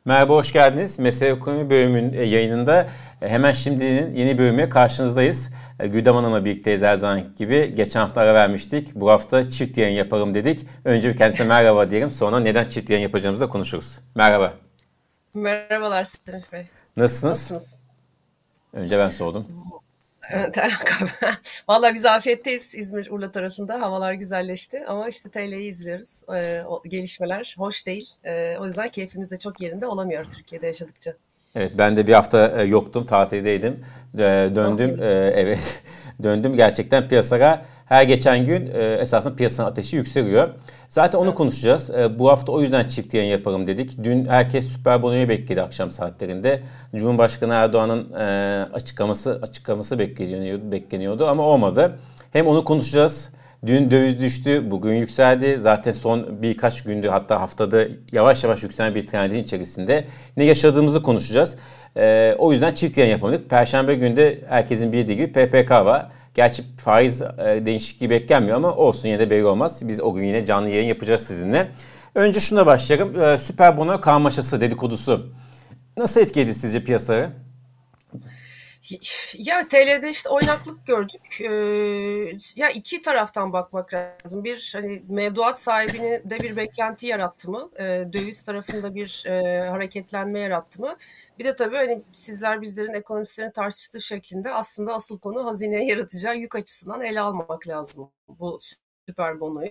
Merhaba, hoş geldiniz. Mesele Ekonomi bölümünün yayınında hemen şimdinin yeni bölümüne karşınızdayız. Güldem Hanım'la birlikteyiz her zaman gibi. Geçen hafta ara vermiştik. Bu hafta çift yayın yapalım dedik. Önce bir kendisine merhaba diyelim. Sonra neden çift yayın yapacağımızı da konuşuruz. Merhaba. Merhabalar Semih Bey. Nasılsınız? Nasılsınız? Önce ben sordum. Evet, Vallahi biz afiyetteyiz İzmir Urla tarafında. Havalar güzelleşti ama işte TL'yi izliyoruz. O gelişmeler hoş değil. O yüzden keyfimiz de çok yerinde olamıyor Türkiye'de yaşadıkça. Evet, ben de bir hafta yoktum, tatildeydim. Oh, Döndüm, evet, döndüm gerçekten piyasalara. Her geçen gün esasında piyasanın ateşi yükseliyor. Zaten onu evet. konuşacağız. Bu hafta o yüzden çift yayın yapalım dedik. Dün herkes Süper Bono'yu bekledi akşam saatlerinde. Cumhurbaşkanı Erdoğan'ın açıklaması bekleniyordu ama olmadı. Hem onu konuşacağız. Dün döviz düştü, bugün yükseldi. Zaten son birkaç gündür hatta haftada yavaş yavaş yükselen bir trendin içerisinde ne yaşadığımızı konuşacağız. O yüzden çift yayın yapamadık. Perşembe günü de herkesin bildiği gibi PPK var. Gerçi faiz değişikliği beklenmiyor ama olsun, yine de belli olmaz. Biz o gün yine canlı yayın yapacağız sizinle. Önce şuna başlayalım. Süper bono karmaşası dedikodusu. Nasıl etkiledi sizce piyasaları? Ya TL'de işte oynaklık gördük. Ya iki taraftan bakmak lazım. Bir hani mevduat sahibini de bir beklenti yarattı mı? Döviz tarafında bir hareketlenme yarattı mı? Bir de tabii hani sizler bizlerin ekonomistlerin tartıştığı şeklinde aslında asıl konu hazineye yaratacağı yük açısından ele almak lazım bu süper bonoyu.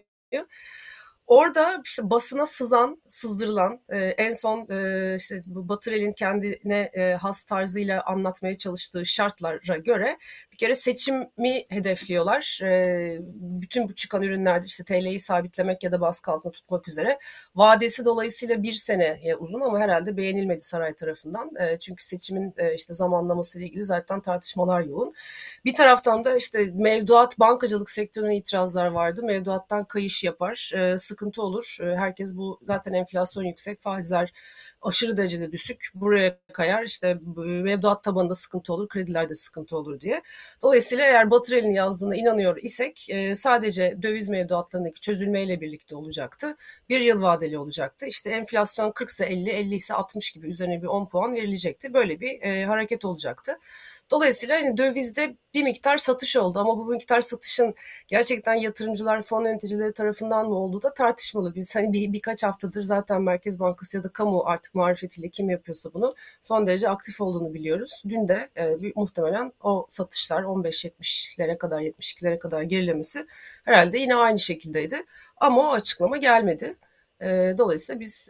Orada işte basına sızdırılan en son işte bu Batırel'in kendine has tarzıyla anlatmaya çalıştığı şartlara göre bir kere seçimi hedefliyorlar. Bütün bu çıkan ürünlerde işte TL'yi sabitlemek ya da baskı altında tutmak üzere. Vadesi dolayısıyla bir seneye uzun ama herhalde beğenilmedi saray tarafından. Çünkü seçimin işte zamanlaması ile ilgili zaten tartışmalar yoğun. Bir taraftan da işte mevduat bankacılık sektörüne itirazlar vardı. Mevduattan kayış yapar, sıkıntı olur. Herkes bu zaten enflasyon yüksek, faizler aşırı derecede düşük. Buraya kayar işte mevduat tabanında sıkıntı olur, kredilerde sıkıntı olur diye. Dolayısıyla eğer Batırel'in yazdığına inanıyor isek sadece döviz mevduatlarındaki çözülmeyle birlikte olacaktı. Bir yıl vadeli olacaktı. İşte enflasyon 40 ise 50, 50 ise 60 gibi üzerine bir 10 puan verilecekti. Böyle bir hareket olacaktı. Dolayısıyla hani dövizde bir miktar satış oldu ama bu miktar satışın gerçekten yatırımcılar, fon yöneticileri tarafından mı olduğu da tartışmalı. Biz hani birkaç haftadır zaten Merkez Bankası ya da kamu artık marifetiyle kim yapıyorsa bunu son derece aktif olduğunu biliyoruz. Dün de muhtemelen o satışlar 15-70'lere kadar 72'lere kadar gerilemesi herhalde yine aynı şekildeydi. Ama o açıklama gelmedi. Dolayısıyla biz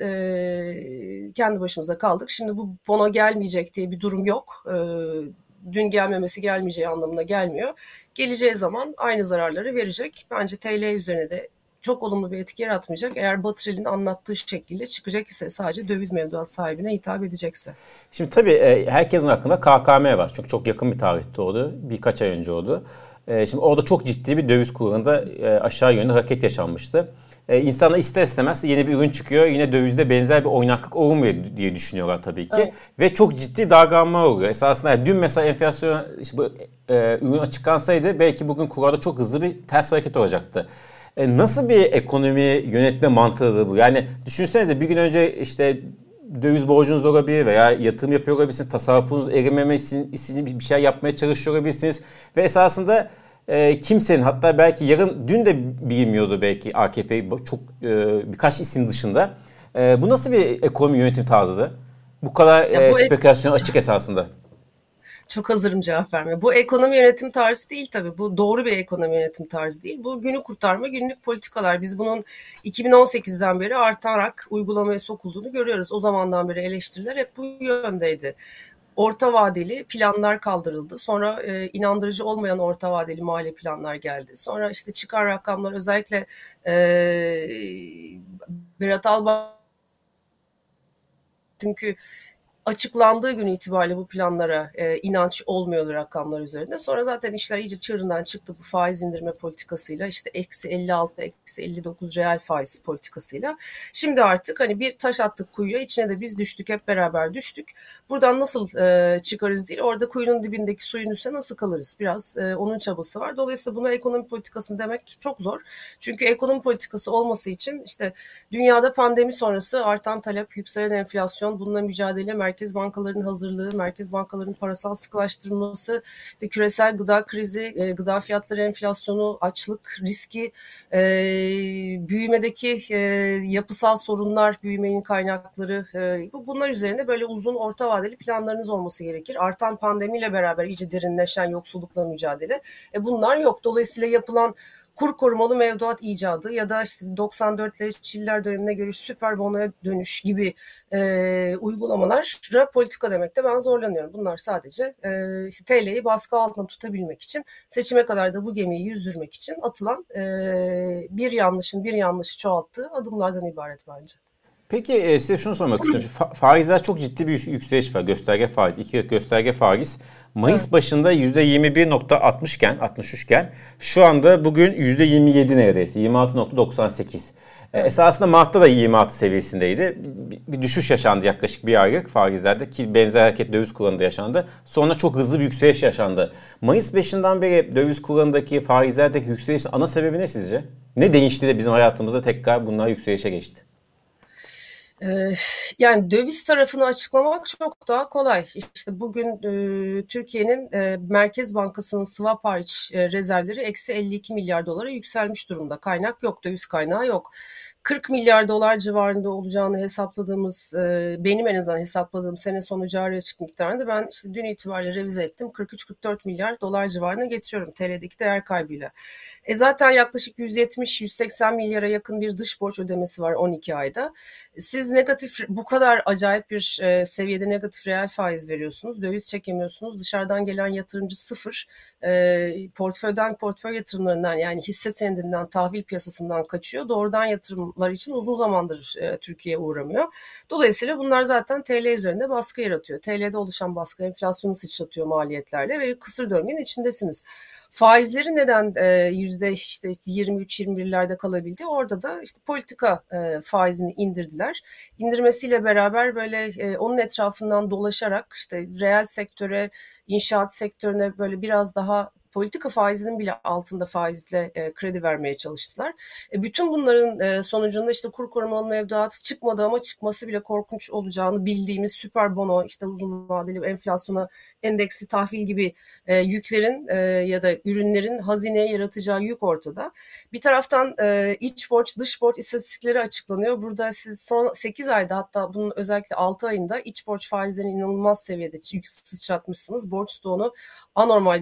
kendi başımıza kaldık. Şimdi bu bono gelmeyecek diye bir durum yok. Dün gelmemesi gelmeyeceği anlamına gelmiyor. Geleceği zaman aynı zararları verecek. Bence TL üzerine de çok olumlu bir etki yaratmayacak. Eğer Batırel'in anlattığı şekilde çıkacak ise sadece döviz mevduat sahibine hitap edecekse. Şimdi tabii herkesin aklında KKM var. Çünkü çok yakın bir tarihte oldu. Birkaç ay önce oldu. Şimdi orada çok ciddi bir döviz kurunda aşağı yönlü hareket yaşanmıştı. İnsanlar ister istemez yeni bir ürün çıkıyor. Yine dövizde benzer bir oynaklık olmuyor diye düşünüyorlar tabii ki. Evet. Ve çok ciddi dalgalanma oluyor. Esasında dün mesela enflasyon işte bu ürün açıklansaydı belki bugün kurada çok hızlı bir ters hareket olacaktı. Nasıl bir ekonomi yönetme mantığıdır bu? Yani düşünsenize, bir gün önce işte döviz borcunuz olabilir veya yatırım yapıyor olabilirsiniz. Tasarrufunuz erimemesi için bir şey yapmaya çalışıyor olabilirsiniz. Ve esasında kimsenin, hatta belki yarın, dün de bilmiyordu belki AKP çok birkaç isim dışında. Bu nasıl bir ekonomi yönetim tarzıdır? Bu kadar Ya bu spekülasyon açık esasında. Çok hazırım cevap vermeye. Bu ekonomi yönetim tarzı değil tabii. Bu doğru bir ekonomi yönetim tarzı değil. Bu günü kurtarma, günlük politikalar. Biz bunun 2018'den beri artarak uygulamaya sokulduğunu görüyoruz. O zamandan beri eleştiriler hep bu yöndeydi. Orta vadeli planlar kaldırıldı. Sonra inandırıcı olmayan orta vadeli mali planlar geldi. Sonra işte çıkan rakamlar özellikle e, Berat Albayrak çünkü açıklandığı gün itibariyle bu planlara inanç olmuyordu rakamlar üzerinde. Sonra zaten işler iyice çığırından çıktı bu faiz indirme politikasıyla, işte -56, -59 reel faiz politikasıyla. Şimdi artık hani bir taş attık kuyuya, içine de biz düştük, hep beraber düştük. Buradan nasıl çıkarız değil, orada kuyunun dibindeki suyun üstüne nasıl kalırız? Biraz onun çabası var. Dolayısıyla buna ekonomi politikası demek çok zor. Çünkü ekonomi politikası olması için işte dünyada pandemi sonrası artan talep, yükselen enflasyon, bununla mücadele, merkez bankalarının hazırlığı, merkez bankalarının parasal sıkılaştırılması, işte küresel gıda krizi, gıda fiyatları enflasyonu, açlık riski, büyümedeki yapısal sorunlar, büyümenin kaynakları, bunlar üzerine böyle uzun orta vadeli planlarınız olması gerekir. Artan pandemiyle beraber iyice derinleşen yoksullukla mücadele. Bunlar yok. Dolayısıyla yapılan kur korumalı mevduat icadı ya da işte 94'leri Çiller dönemine göre süper bonoya dönüş gibi uygulamalara politika demekte ben zorlanıyorum. Bunlar sadece işte TL'yi baskı altında tutabilmek için, seçime kadar da bu gemiyi yüzdürmek için atılan bir yanlışın bir yanlışı çoğalttığı adımlardan ibaret bence. Peki size şunu sormak istiyorum. Faizler çok ciddi bir yükseliş var. Gösterge faiz, 2 yıllık gösterge faiz. Mayıs evet. Başında %21.60 iken, 63 iken şu anda bugün %27 neredeyse. 26.98. Evet. Esasında Mart'ta da 26 seviyesindeydi. Bir düşüş yaşandı yaklaşık bir aylık faizlerde ki benzer hareket döviz kurlarında yaşandı. Sonra çok hızlı bir yükseliş yaşandı. Mayıs 5'inden beri döviz kurlarındaki faizlerdeki yükselişin ana sebebi ne sizce? Ne değişti de bizim hayatımızda tekrar bunlar yükselişe geçti? Yani döviz tarafını açıklamak çok daha kolay. İşte bugün Türkiye'nin Merkez Bankası'nın swap hariç rezervleri -52 milyar dolara yükselmiş durumda. Kaynak yok, döviz kaynağı yok. 40 milyar dolar civarında olacağını hesapladığımız, benim en azından hesapladığım sene sonu cari açık miktarını ben işte dün itibariyle revize ettim. 43-44 milyar dolar civarına getiriyorum TL'deki değer kaybıyla. Zaten yaklaşık 170-180 milyara yakın bir dış borç ödemesi var 12 ayda. Siz negatif, bu kadar acayip bir seviyede negatif reel faiz veriyorsunuz. Döviz çekemiyorsunuz. Dışarıdan gelen yatırımcı sıfır. Portföy yatırımlarından, yani hisse senedinden, tahvil piyasasından kaçıyor. Doğrudan yatırımlar için uzun zamandır Türkiye'ye uğramıyor. Dolayısıyla bunlar zaten TL üzerinde baskı yaratıyor. TL'de oluşan baskı enflasyonu sıçratıyor maliyetlerle ve kısır döngünün içindesiniz. Faizleri neden yüzde işte 23-21'lerde kalabildi? Orada da işte politika faizini indirdiler. İndirmesiyle beraber böyle onun etrafından dolaşarak işte reel sektöre, inşaat sektörüne böyle biraz daha politika faizinin bile altında faizle kredi vermeye çalıştılar. Bütün bunların sonucunda işte kur korumalı mevduat çıkmadı ama çıkması bile korkunç olacağını bildiğimiz süper bono, işte uzun vadeli enflasyona endeksli tahvil gibi yüklerin ya da ürünlerin hazineye yaratacağı yük ortada. Bir taraftan iç borç, dış borç istatistikleri açıklanıyor. Burada siz son 8 ayda, hatta bunun özellikle 6 ayında iç borç faizlerini inanılmaz seviyede sıçratmışsınız. Borç stoğunu anormal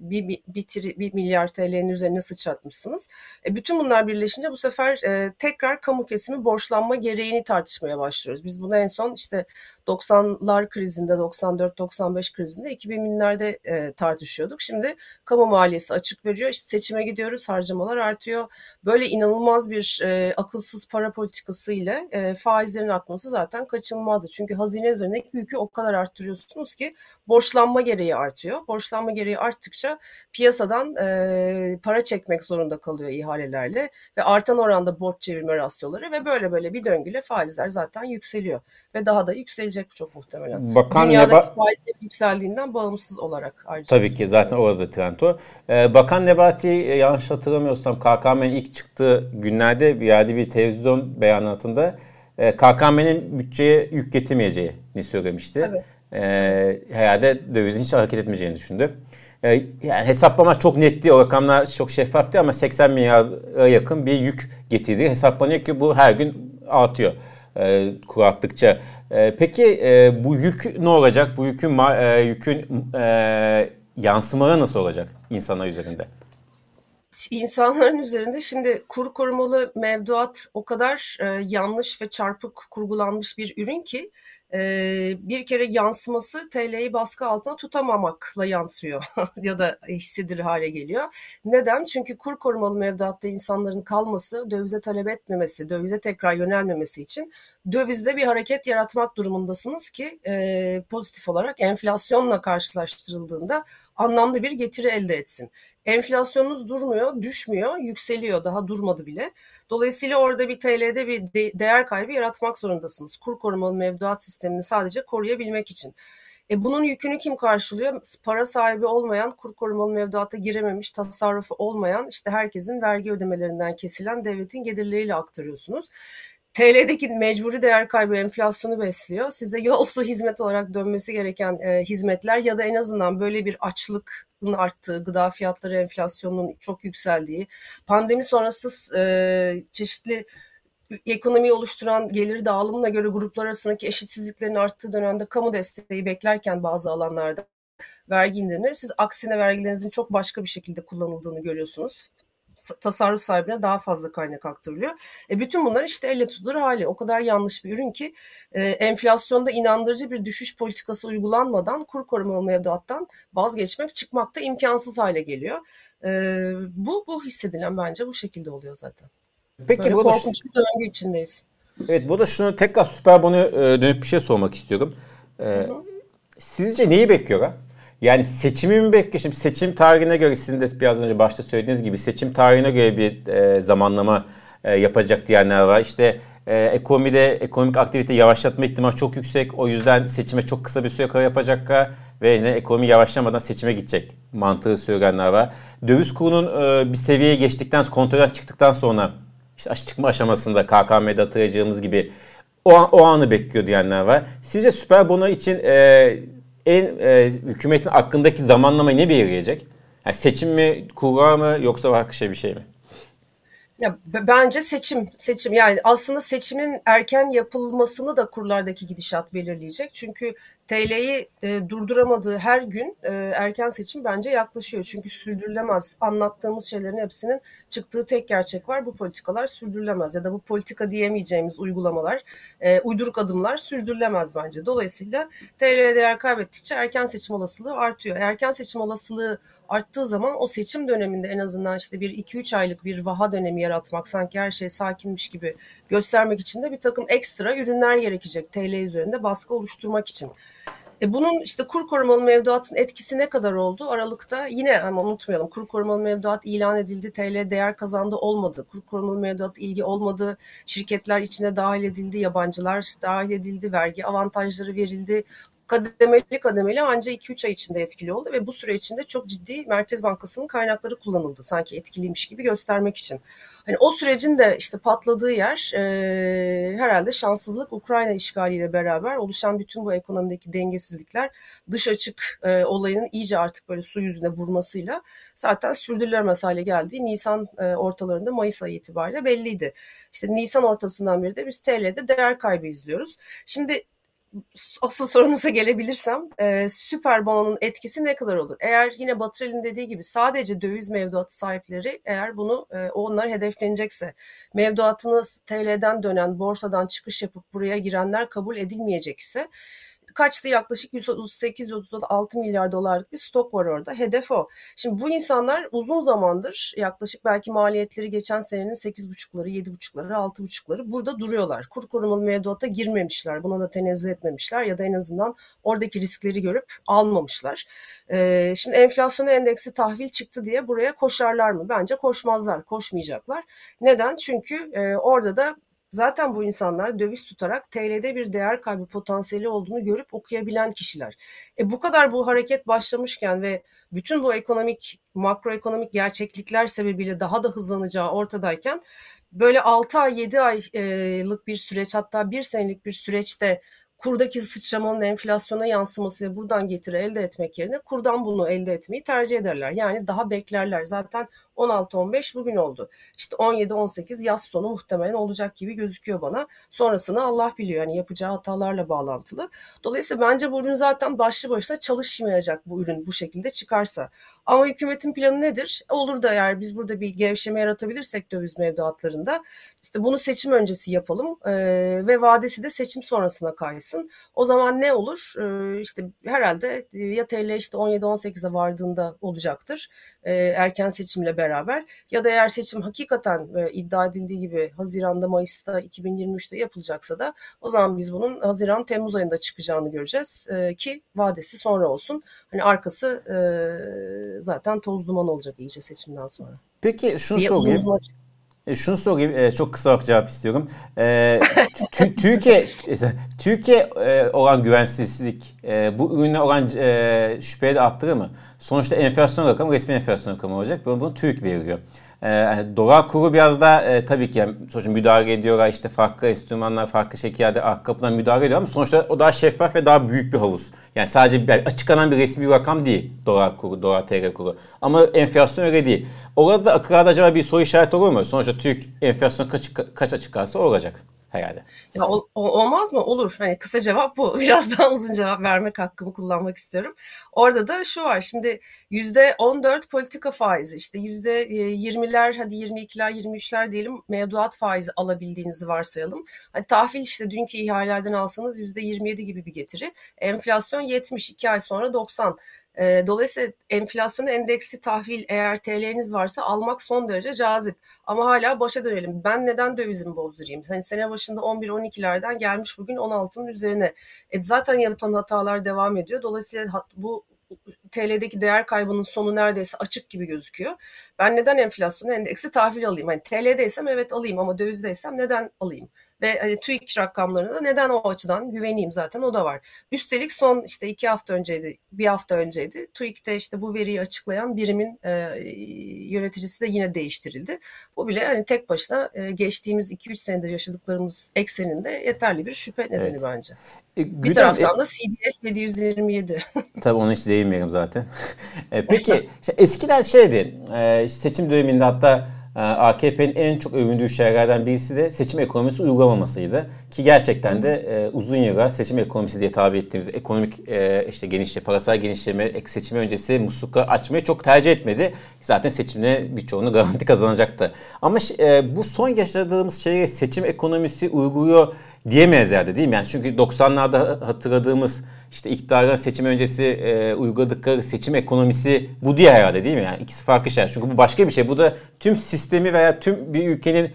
bir milyar TL'nin üzerine sıçratmışsınız. Bütün bunlar birleşince bu sefer tekrar kamu kesimi borçlanma gereğini tartışmaya başlıyoruz. Biz bunu en son işte 90'lar krizinde, 94-95 krizinde 2000'lerde tartışıyorduk. Şimdi kamu maliyesi açık veriyor. İşte seçime gidiyoruz, harcamalar artıyor. Böyle inanılmaz bir akılsız para politikası ile faizlerin artması zaten kaçınılmazdı. Çünkü hazine üzerindeki yükü o kadar arttırıyorsunuz ki borçlanma gereği artıyor. Borçlanma gereği arttıkça piyasadan para çekmek zorunda kalıyor ihalelerle ve artan oranda borç çevirme rasyoları ve böyle bir döngüyle faizler zaten yükseliyor ve daha da yükselecek çok muhtemelen. Dünyadaki faizler yükseldiğinden bağımsız olarak ayrıca. Tabii ki zaten orada trend o. Bakan Nebati, yanlış hatırlamıyorsam KKM'nin ilk çıktığı günlerde bir yerde bir televizyon beyanatında KKM'nin bütçeye yük getirmeyeceğini söylemişti. Evet. Herhalde dövizin hiç hareket etmeyeceğini düşündü. Yani hesaplama çok netti, o rakamlar çok şeffaftı ama 80 milyara yakın bir yük getirdi. Hesaplanıyor ki bu her gün artıyor kur arttıkça. Peki bu yük ne olacak? Bu yükün yansımaları nasıl olacak insanlar üzerinde? İnsanların üzerinde şimdi kur korumalı mevduat o kadar yanlış ve çarpık kurgulanmış bir ürün ki bir kere yansıması TL'yi baskı altına tutamamakla yansıyor ya da hissedilir hale geliyor. Neden? Çünkü kur korumalı mevduatta insanların kalması, dövize talep etmemesi, dövize tekrar yönelmemesi için dövizde bir hareket yaratmak durumundasınız ki pozitif olarak enflasyonla karşılaştırıldığında anlamlı bir getiri elde etsin. Enflasyonunuz durmuyor, düşmüyor, yükseliyor. Daha durmadı bile. Dolayısıyla orada bir TL'de bir değer kaybı yaratmak zorundasınız. Kur korumalı mevduat sistemini sadece koruyabilmek için. Bunun yükünü kim karşılıyor? Para sahibi olmayan, kur korumalı mevduata girememiş, tasarrufu olmayan, işte herkesin vergi ödemelerinden kesilen devletin gelirleriyle aktarıyorsunuz. TL'deki mecburi değer kaybı enflasyonu besliyor. Size yol su hizmet olarak dönmesi gereken hizmetler ya da en azından böyle bir açlıkın arttığı, gıda fiyatları enflasyonunun çok yükseldiği, pandemi sonrası çeşitli ekonomiyi oluşturan gelir dağılımına göre gruplar arasındaki eşitsizliklerin arttığı dönemde kamu desteği beklerken bazı alanlarda vergi indirimleri, siz aksine vergilerinizin çok başka bir şekilde kullanıldığını görüyorsunuz. Tasarruf sahibine daha fazla kaynak aktarılıyor. Bütün bunlar işte elle tutulur hali. O kadar yanlış bir ürün ki enflasyonda inandırıcı bir düşüş politikası uygulanmadan kur korumalı mevduattan vazgeçmek, çıkmak da imkansız hale geliyor. Bu hissedilen bence bu şekilde oluyor zaten. Peki Böyle burada korkunç bir döngü içindeyiz. evet, burada şunu tekrar süper bonoya dönüp bir şey sormak istiyorum. Sizce neyi bekliyor ha? Yani seçimi mi bekliyor? Şimdi seçim tarihine göre, sizin de biraz önce başta söylediğiniz gibi seçim tarihine göre bir zamanlama yapacak diyenler var. İşte ekonomide ekonomik aktivite yavaşlatma ihtimali çok yüksek. O yüzden seçime çok kısa bir süre kala yapacaklar ve yine ekonomi yavaşlamadan seçime gidecek mantığı söyleyenler var. Döviz kurunun bir seviyeye geçtikten, kontrolden çıktıktan sonra işte çıkma aşamasında KKM'de hatırlayacağımız gibi o anı bekliyor diyenler var. Sizce süper bono için hükümetin hakkındaki zamanlamayı ne belirleyecek? Yani seçim mi, kura mı, yoksa başka bir şey mi? Ya bence seçim yani aslında seçimin erken yapılmasını da kurlardaki gidişat belirleyecek. Çünkü TL'yi durduramadığı her gün erken seçim bence yaklaşıyor. Çünkü sürdürülemez. Anlattığımız şeylerin hepsinin çıktığı tek gerçek var. Bu politikalar sürdürülemez ya da bu politika diyemeyeceğimiz uygulamalar, uyduruk adımlar sürdürülemez bence. Dolayısıyla TL'ye değer kaybettikçe erken seçim olasılığı artıyor. Erken seçim olasılığı arttığı zaman o seçim döneminde en azından işte bir 2-3 aylık bir vaha dönemi yaratmak, sanki her şey sakinmiş gibi göstermek için de bir takım ekstra ürünler gerekecek TL üzerinde baskı oluşturmak için. Bunun işte kur korumalı mevduatın etkisi ne kadar oldu? Aralıkta yine ama unutmayalım, kur korumalı mevduat ilan edildi, TL değer kazandı olmadı. Kur korumalı mevduat ilgi olmadı, şirketler içine dahil edildi, yabancılar dahil edildi, vergi avantajları verildi. Kademeli kademeli ancak 2-3 ay içinde etkili oldu ve bu süre içinde çok ciddi Merkez Bankası'nın kaynakları kullanıldı. Sanki etkiliymiş gibi göstermek için. Hani o sürecin de işte patladığı yer herhalde şanssızlık, Ukrayna işgaliyle beraber oluşan bütün bu ekonomideki dengesizlikler, dış açık olayının iyice artık böyle su yüzüne vurmasıyla zaten sürdürülemez hale geldiği Nisan ortalarında, Mayıs ayı itibariyle belliydi. İşte Nisan ortasından beri de biz TL'de değer kaybı izliyoruz. Şimdi asıl sorunuza gelebilirsem, süper bononun etkisi ne kadar olur? Eğer yine Batırel'in dediği gibi sadece döviz mevduatı sahipleri, eğer bunu onlar hedeflenecekse, mevduatını TL'den dönen, borsadan çıkış yapıp buraya girenler kabul edilmeyecekse, kaçtı, yaklaşık 138-136 milyar dolarlık bir stok var orada. Hedef o. Şimdi bu insanlar uzun zamandır, yaklaşık belki maliyetleri geçen senenin 8,5'ları, 7,5'ları, 6,5'ları burada duruyorlar. Kur korumalı mevduata girmemişler. Buna da tenezzül etmemişler ya da en azından oradaki riskleri görüp almamışlar. Şimdi enflasyon endeksi tahvil çıktı diye buraya koşarlar mı? Bence koşmazlar, koşmayacaklar. Neden? Çünkü orada da zaten bu insanlar döviz tutarak TL'de bir değer kaybı potansiyeli olduğunu görüp okuyabilen kişiler. Bu kadar bu hareket başlamışken ve bütün bu ekonomik, makroekonomik gerçeklikler sebebiyle daha da hızlanacağı ortadayken, böyle 6 ay, 7 aylık bir süreç, hatta 1 senelik bir süreçte kurdaki sıçramanın enflasyona yansıması ve buradan getiri elde etmek yerine kurdan bunu elde etmeyi tercih ederler. Yani daha beklerler. Zaten 16-15 bugün oldu. İşte 17-18 yaz sonu muhtemelen olacak gibi gözüküyor bana. Sonrasını Allah biliyor. Yani yapacağı hatalarla bağlantılı. Dolayısıyla bence bu ürün zaten başlı başına çalışmayacak, bu ürün bu şekilde çıkarsa. Ama hükümetin planı nedir? Olur da eğer biz burada bir gevşeme yaratabilirsek döviz mevduatlarında, işte bunu seçim öncesi yapalım ve vadesi de seçim sonrasına kaysın. O zaman ne olur? İşte herhalde ya TL işte 17-18'e vardığında olacaktır. Erken seçimle beraber beraber ya da eğer seçim hakikaten iddia edildiği gibi Haziran'da, Mayıs'ta 2023'te yapılacaksa da o zaman biz bunun Haziran-Temmuz ayında çıkacağını göreceğiz ki vadesi sonra olsun. Hani arkası zaten toz duman olacak iyice seçimden sonra. Peki şunu sorayım, çok kısa olarak cevap istiyorum. Türkiye olan güvensizlik bu ürüne olan şüpheyi de arttırır mı? Sonuçta enflasyon rakamı resmi enflasyon rakamı olacak ve bunu TÜİK veriyor. Dolar kuru biraz da tabii ki sonuçta müdahale ediyorlar, işte farklı enstrümanlar farklı şekillerde arka kapıdan müdahale ediyor ama sonuçta o daha şeffaf ve daha büyük bir havuz. Yani sadece açıklanan bir resmi bir rakam değil dolar kuru, dolar TL kuru. Ama enflasyon öyle değil. Orada akıllarda acaba bir soru işareti olur mu? Sonuçta TÜİK enflasyon kaç açıklarsa olacak herhalde. Ya olmaz mı? Olur. Hani kısa cevap bu. Biraz daha uzun cevap vermek hakkımı kullanmak istiyorum. Orada da şu var. Şimdi %14 politika faizi, işte %20'ler, hadi 22'ler, 23'ler diyelim mevduat faizi alabildiğinizi varsayalım. Hani tahvil işte dünkü ihalelerden alsanız %27 gibi bir getiri. Enflasyon 70, 2 ay sonra 90. Dolayısıyla enflasyon endeksi tahvil eğer TL'niz varsa almak son derece cazip. Ama hala başa dönelim. Ben neden dövizimi bozdurayım? Hani sene başında 11-12'lerden gelmiş bugün 16'nın üzerine. Zaten yapılan hatalar devam ediyor. Dolayısıyla bu TL'deki değer kaybının sonu neredeyse açık gibi gözüküyor. Ben neden enflasyon endeksi tahvil alayım? Hani TL'deysem evet alayım ama dövizdeysem neden alayım? Ve hani TÜİK rakamlarına neden o açıdan güveneyim, zaten o da var. Üstelik son işte 2 hafta önceydi, bir hafta önceydi. TÜİK'te işte bu veriyi açıklayan birimin yöneticisi de yine değiştirildi. Bu bile hani tek başına geçtiğimiz 2-3 senedir yaşadıklarımız ekseninde yeterli bir şüphe nedeni bence. Bir taraftan da CDS 727. Tabii ona hiç değinmiyorum zaten. Peki eskiden şeydi, seçim döneminde hatta AKP'nin en çok övündüğü şeylerden birisi de seçim ekonomisi uygulamamasıydı. Ki gerçekten de uzun yıllar seçim ekonomisi diye tabir ettiğimiz ekonomik işte genişleme, parasal genişleme, seçim öncesi musluklar açmayı çok tercih etmedi. Zaten seçimde birçoğunu garanti kazanacaktı. Ama bu son yaşadığımız şeye seçim ekonomisi uyguluyor diyemeyiz herhalde, değil mi? Yani çünkü 90'larda hatırladığımız işte iktidarın seçim öncesi uyguladıkları seçim ekonomisi bu diye herhalde, değil mi? Yani ikisi farklı şeyler. Çünkü bu başka bir şey. Bu da tüm sistemi veya tüm bir ülkenin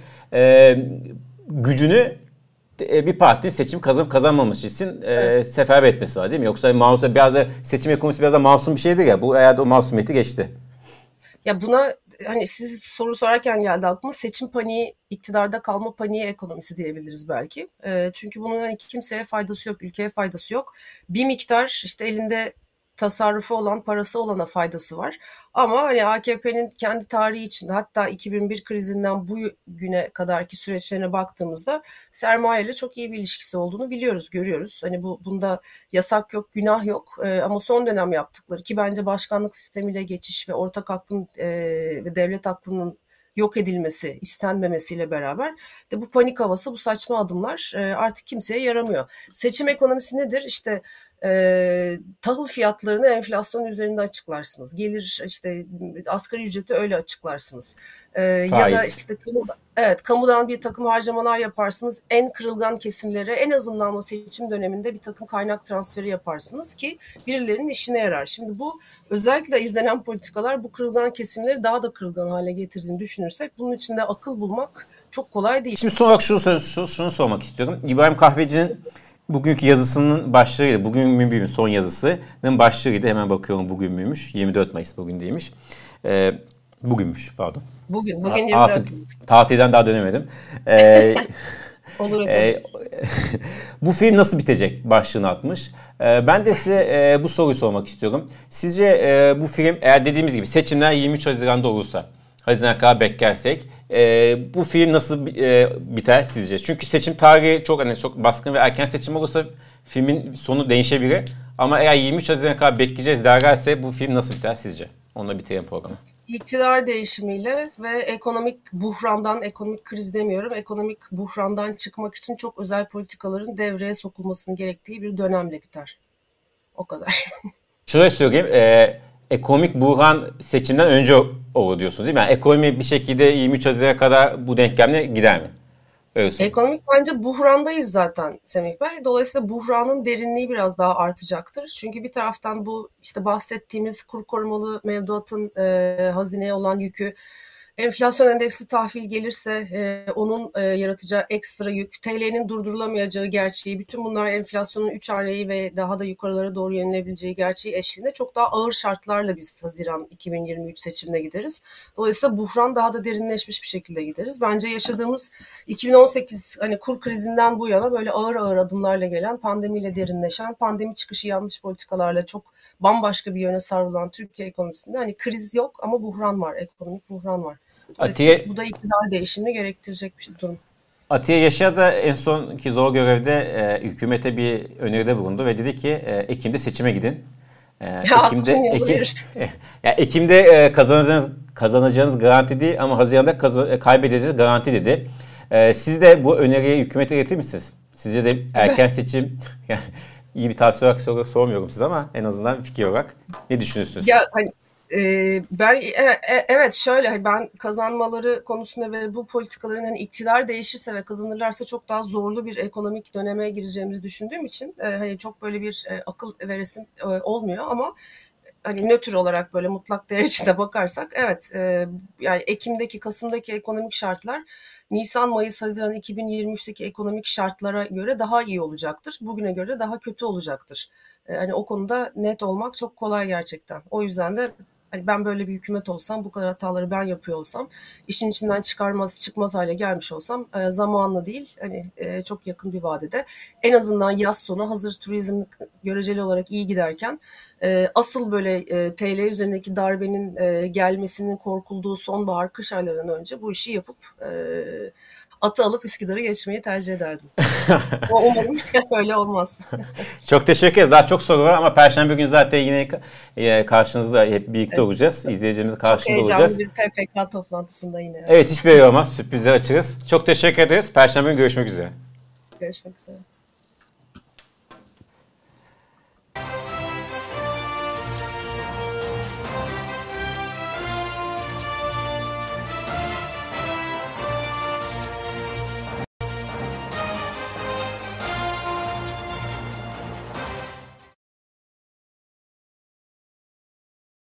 gücünü bir partinin seçim kazanıp kazanmaması için seferber etmesi var, değil mi? Yoksa biraz da seçim ekonomisi biraz da masum bir şeydir ya. Bu herhalde o masumiyeti geçti. Ya buna hani siz soru sorarken geldi aklıma, seçim paniği, iktidarda kalma paniği ekonomisi diyebiliriz belki. Çünkü bunun hani kimseye faydası yok, ülkeye faydası yok. Bir miktar işte elinde tasarrufu olan, parası olana faydası var. Ama hani AKP'nin kendi tarihi içinde, hatta 2001 krizinden bu güne kadarki süreçlerine baktığımızda sermayeyle çok iyi bir ilişkisi olduğunu biliyoruz, görüyoruz. Hani bunda yasak yok, günah yok. Ama son dönem yaptıkları, ki bence başkanlık sistemiyle geçiş ve ortak aklın ve devlet aklının yok edilmesi, istenmemesiyle beraber de bu panik havası, bu saçma adımlar artık kimseye yaramıyor. Seçim ekonomisi nedir? İşte tahıl fiyatlarını enflasyon üzerinde açıklarsınız. Gelir işte asgari ücreti öyle açıklarsınız. Ya da işte kamudan bir takım harcamalar yaparsınız. En kırılgan kesimlere en azından o seçim döneminde bir takım kaynak transferi yaparsınız ki birilerinin işine yarar. Şimdi bu özellikle izlenen politikalar bu kırılgan kesimleri daha da kırılgan hale getirdiğini düşünürsek bunun içinde akıl bulmak çok kolay değil. Şimdi son olarak şunu sormak istiyorum. İbrahim Kahveci'nin bugünkü yazısının başlığıydı. Bugün mü son yazısının başlığıydı. Hemen bakıyorum, bugün müymüş? 24 Mayıs bugün değilmiş. Bugünmüş pardon. Bugün 24. Artık tatilden daha dönemedim. Olur Bu film nasıl bitecek başlığını atmış. Ben de size bu soruyu sormak istiyorum. Sizce bu film, eğer dediğimiz gibi seçimler 23 Haziran'da olursa, Haziran'a kadar beklersek, bu film nasıl biter sizce? Çünkü seçim tarihi çok baskın ve erken seçim olursa filmin sonu değişebilir. Ama eğer 23 Haziran'a kadar bekleyeceğiz derlerse bu film nasıl biter sizce? Onunla bitirelim programı. İktidar değişimiyle ve ekonomik buhrandan, ekonomik kriz demiyorum, ekonomik buhrandan çıkmak için çok özel politikaların devreye sokulmasının gerektiği bir dönemle biter. O kadar. Şöyle söyleyeyim, ekonomik buhran seçimden önce olur diyorsunuz, değil mi? Yani ekonomi bir şekilde 23 Haziran'a kadar bu denklemle gider mi? Öyle söyleyeyim. Ekonomik bence buhrandayız zaten Semih Bey. Dolayısıyla buhranın derinliği biraz daha artacaktır. Çünkü bir taraftan bu işte bahsettiğimiz kur korumalı mevduatın hazineye olan yükü, enflasyon endeksi tahvil gelirse onun yaratacağı ekstra yük, TL'nin durdurulamayacağı gerçeği, bütün bunlar enflasyonun 3 haneyi ve daha da yukarılara doğru yönelebileceği gerçeği eşliğinde çok daha ağır şartlarla biz Haziran 2023 seçimine gideriz. Dolayısıyla buhran daha da derinleşmiş bir şekilde gideriz. Bence yaşadığımız 2018 hani kur krizinden bu yana böyle ağır ağır adımlarla gelen, pandemiyle derinleşen, pandemi çıkışı yanlış politikalarla çok bambaşka bir yöne savrulan Türkiye ekonomisinde hani kriz yok ama buhran var, ekonomik buhran var. Dolayısıyla Atiye bu da iktidar değişimini gerektirecek bir durum. Atiye Yaşar da en sonki zor görevde hükümete bir öneride bulundu ve dedi ki Ekim'de seçime gidin. Ya aklın yolu verir. Ya Ekim'de kazanacağınız garanti değil ama Haziran'da kaybedeceğiniz garanti dedi. Siz de bu öneriyi hükümete getirir misiniz? Sizce de erken seçim yani iyi bir tavsiye olarak sormuyorum size ama en azından bir fikir olarak ne düşünürsünüz? Ya hani ben evet şöyle hani ben kazanmaları konusunda ve bu politikaların hani iktidar değişirse ve kazanırlarsa çok daha zorlu bir ekonomik döneme gireceğimizi düşündüğüm için hani çok böyle bir akıl veresim olmuyor ama hani nötr olarak böyle mutlak değer içinde bakarsak evet yani Ekim'deki Kasım'daki ekonomik şartlar Nisan, Mayıs, Haziran 2023'teki ekonomik şartlara göre daha iyi olacaktır. Bugüne göre daha kötü olacaktır. Hani o konuda net olmak çok kolay gerçekten. O yüzden de hani ben böyle bir hükümet olsam, bu kadar hataları ben yapıyor olsam, işin içinden çıkmaz hale gelmiş olsam zamanla değil hani çok yakın bir vadede en azından yaz sonu hazır turizm göreceli olarak iyi giderken asıl böyle TL üzerindeki darbenin gelmesinin korkulduğu sonbahar kış aylarından önce bu işi yapıp atı alıp Üsküdar'ı geçmeyi tercih ederdim. Ama umarım öyle olmaz. Çok teşekkür ederiz. Daha çok soru var ama Perşembe günü zaten yine karşınızda hep birlikte Evet, olacağız. İzleyicilerimizin çok karşısında heyecanlı olacağız. bir PPK toplantısında yine. Evet hiçbir yeri olmaz. Sürprizler açığız. Çok teşekkür ederiz. Perşembe günü görüşmek üzere. Görüşmek üzere.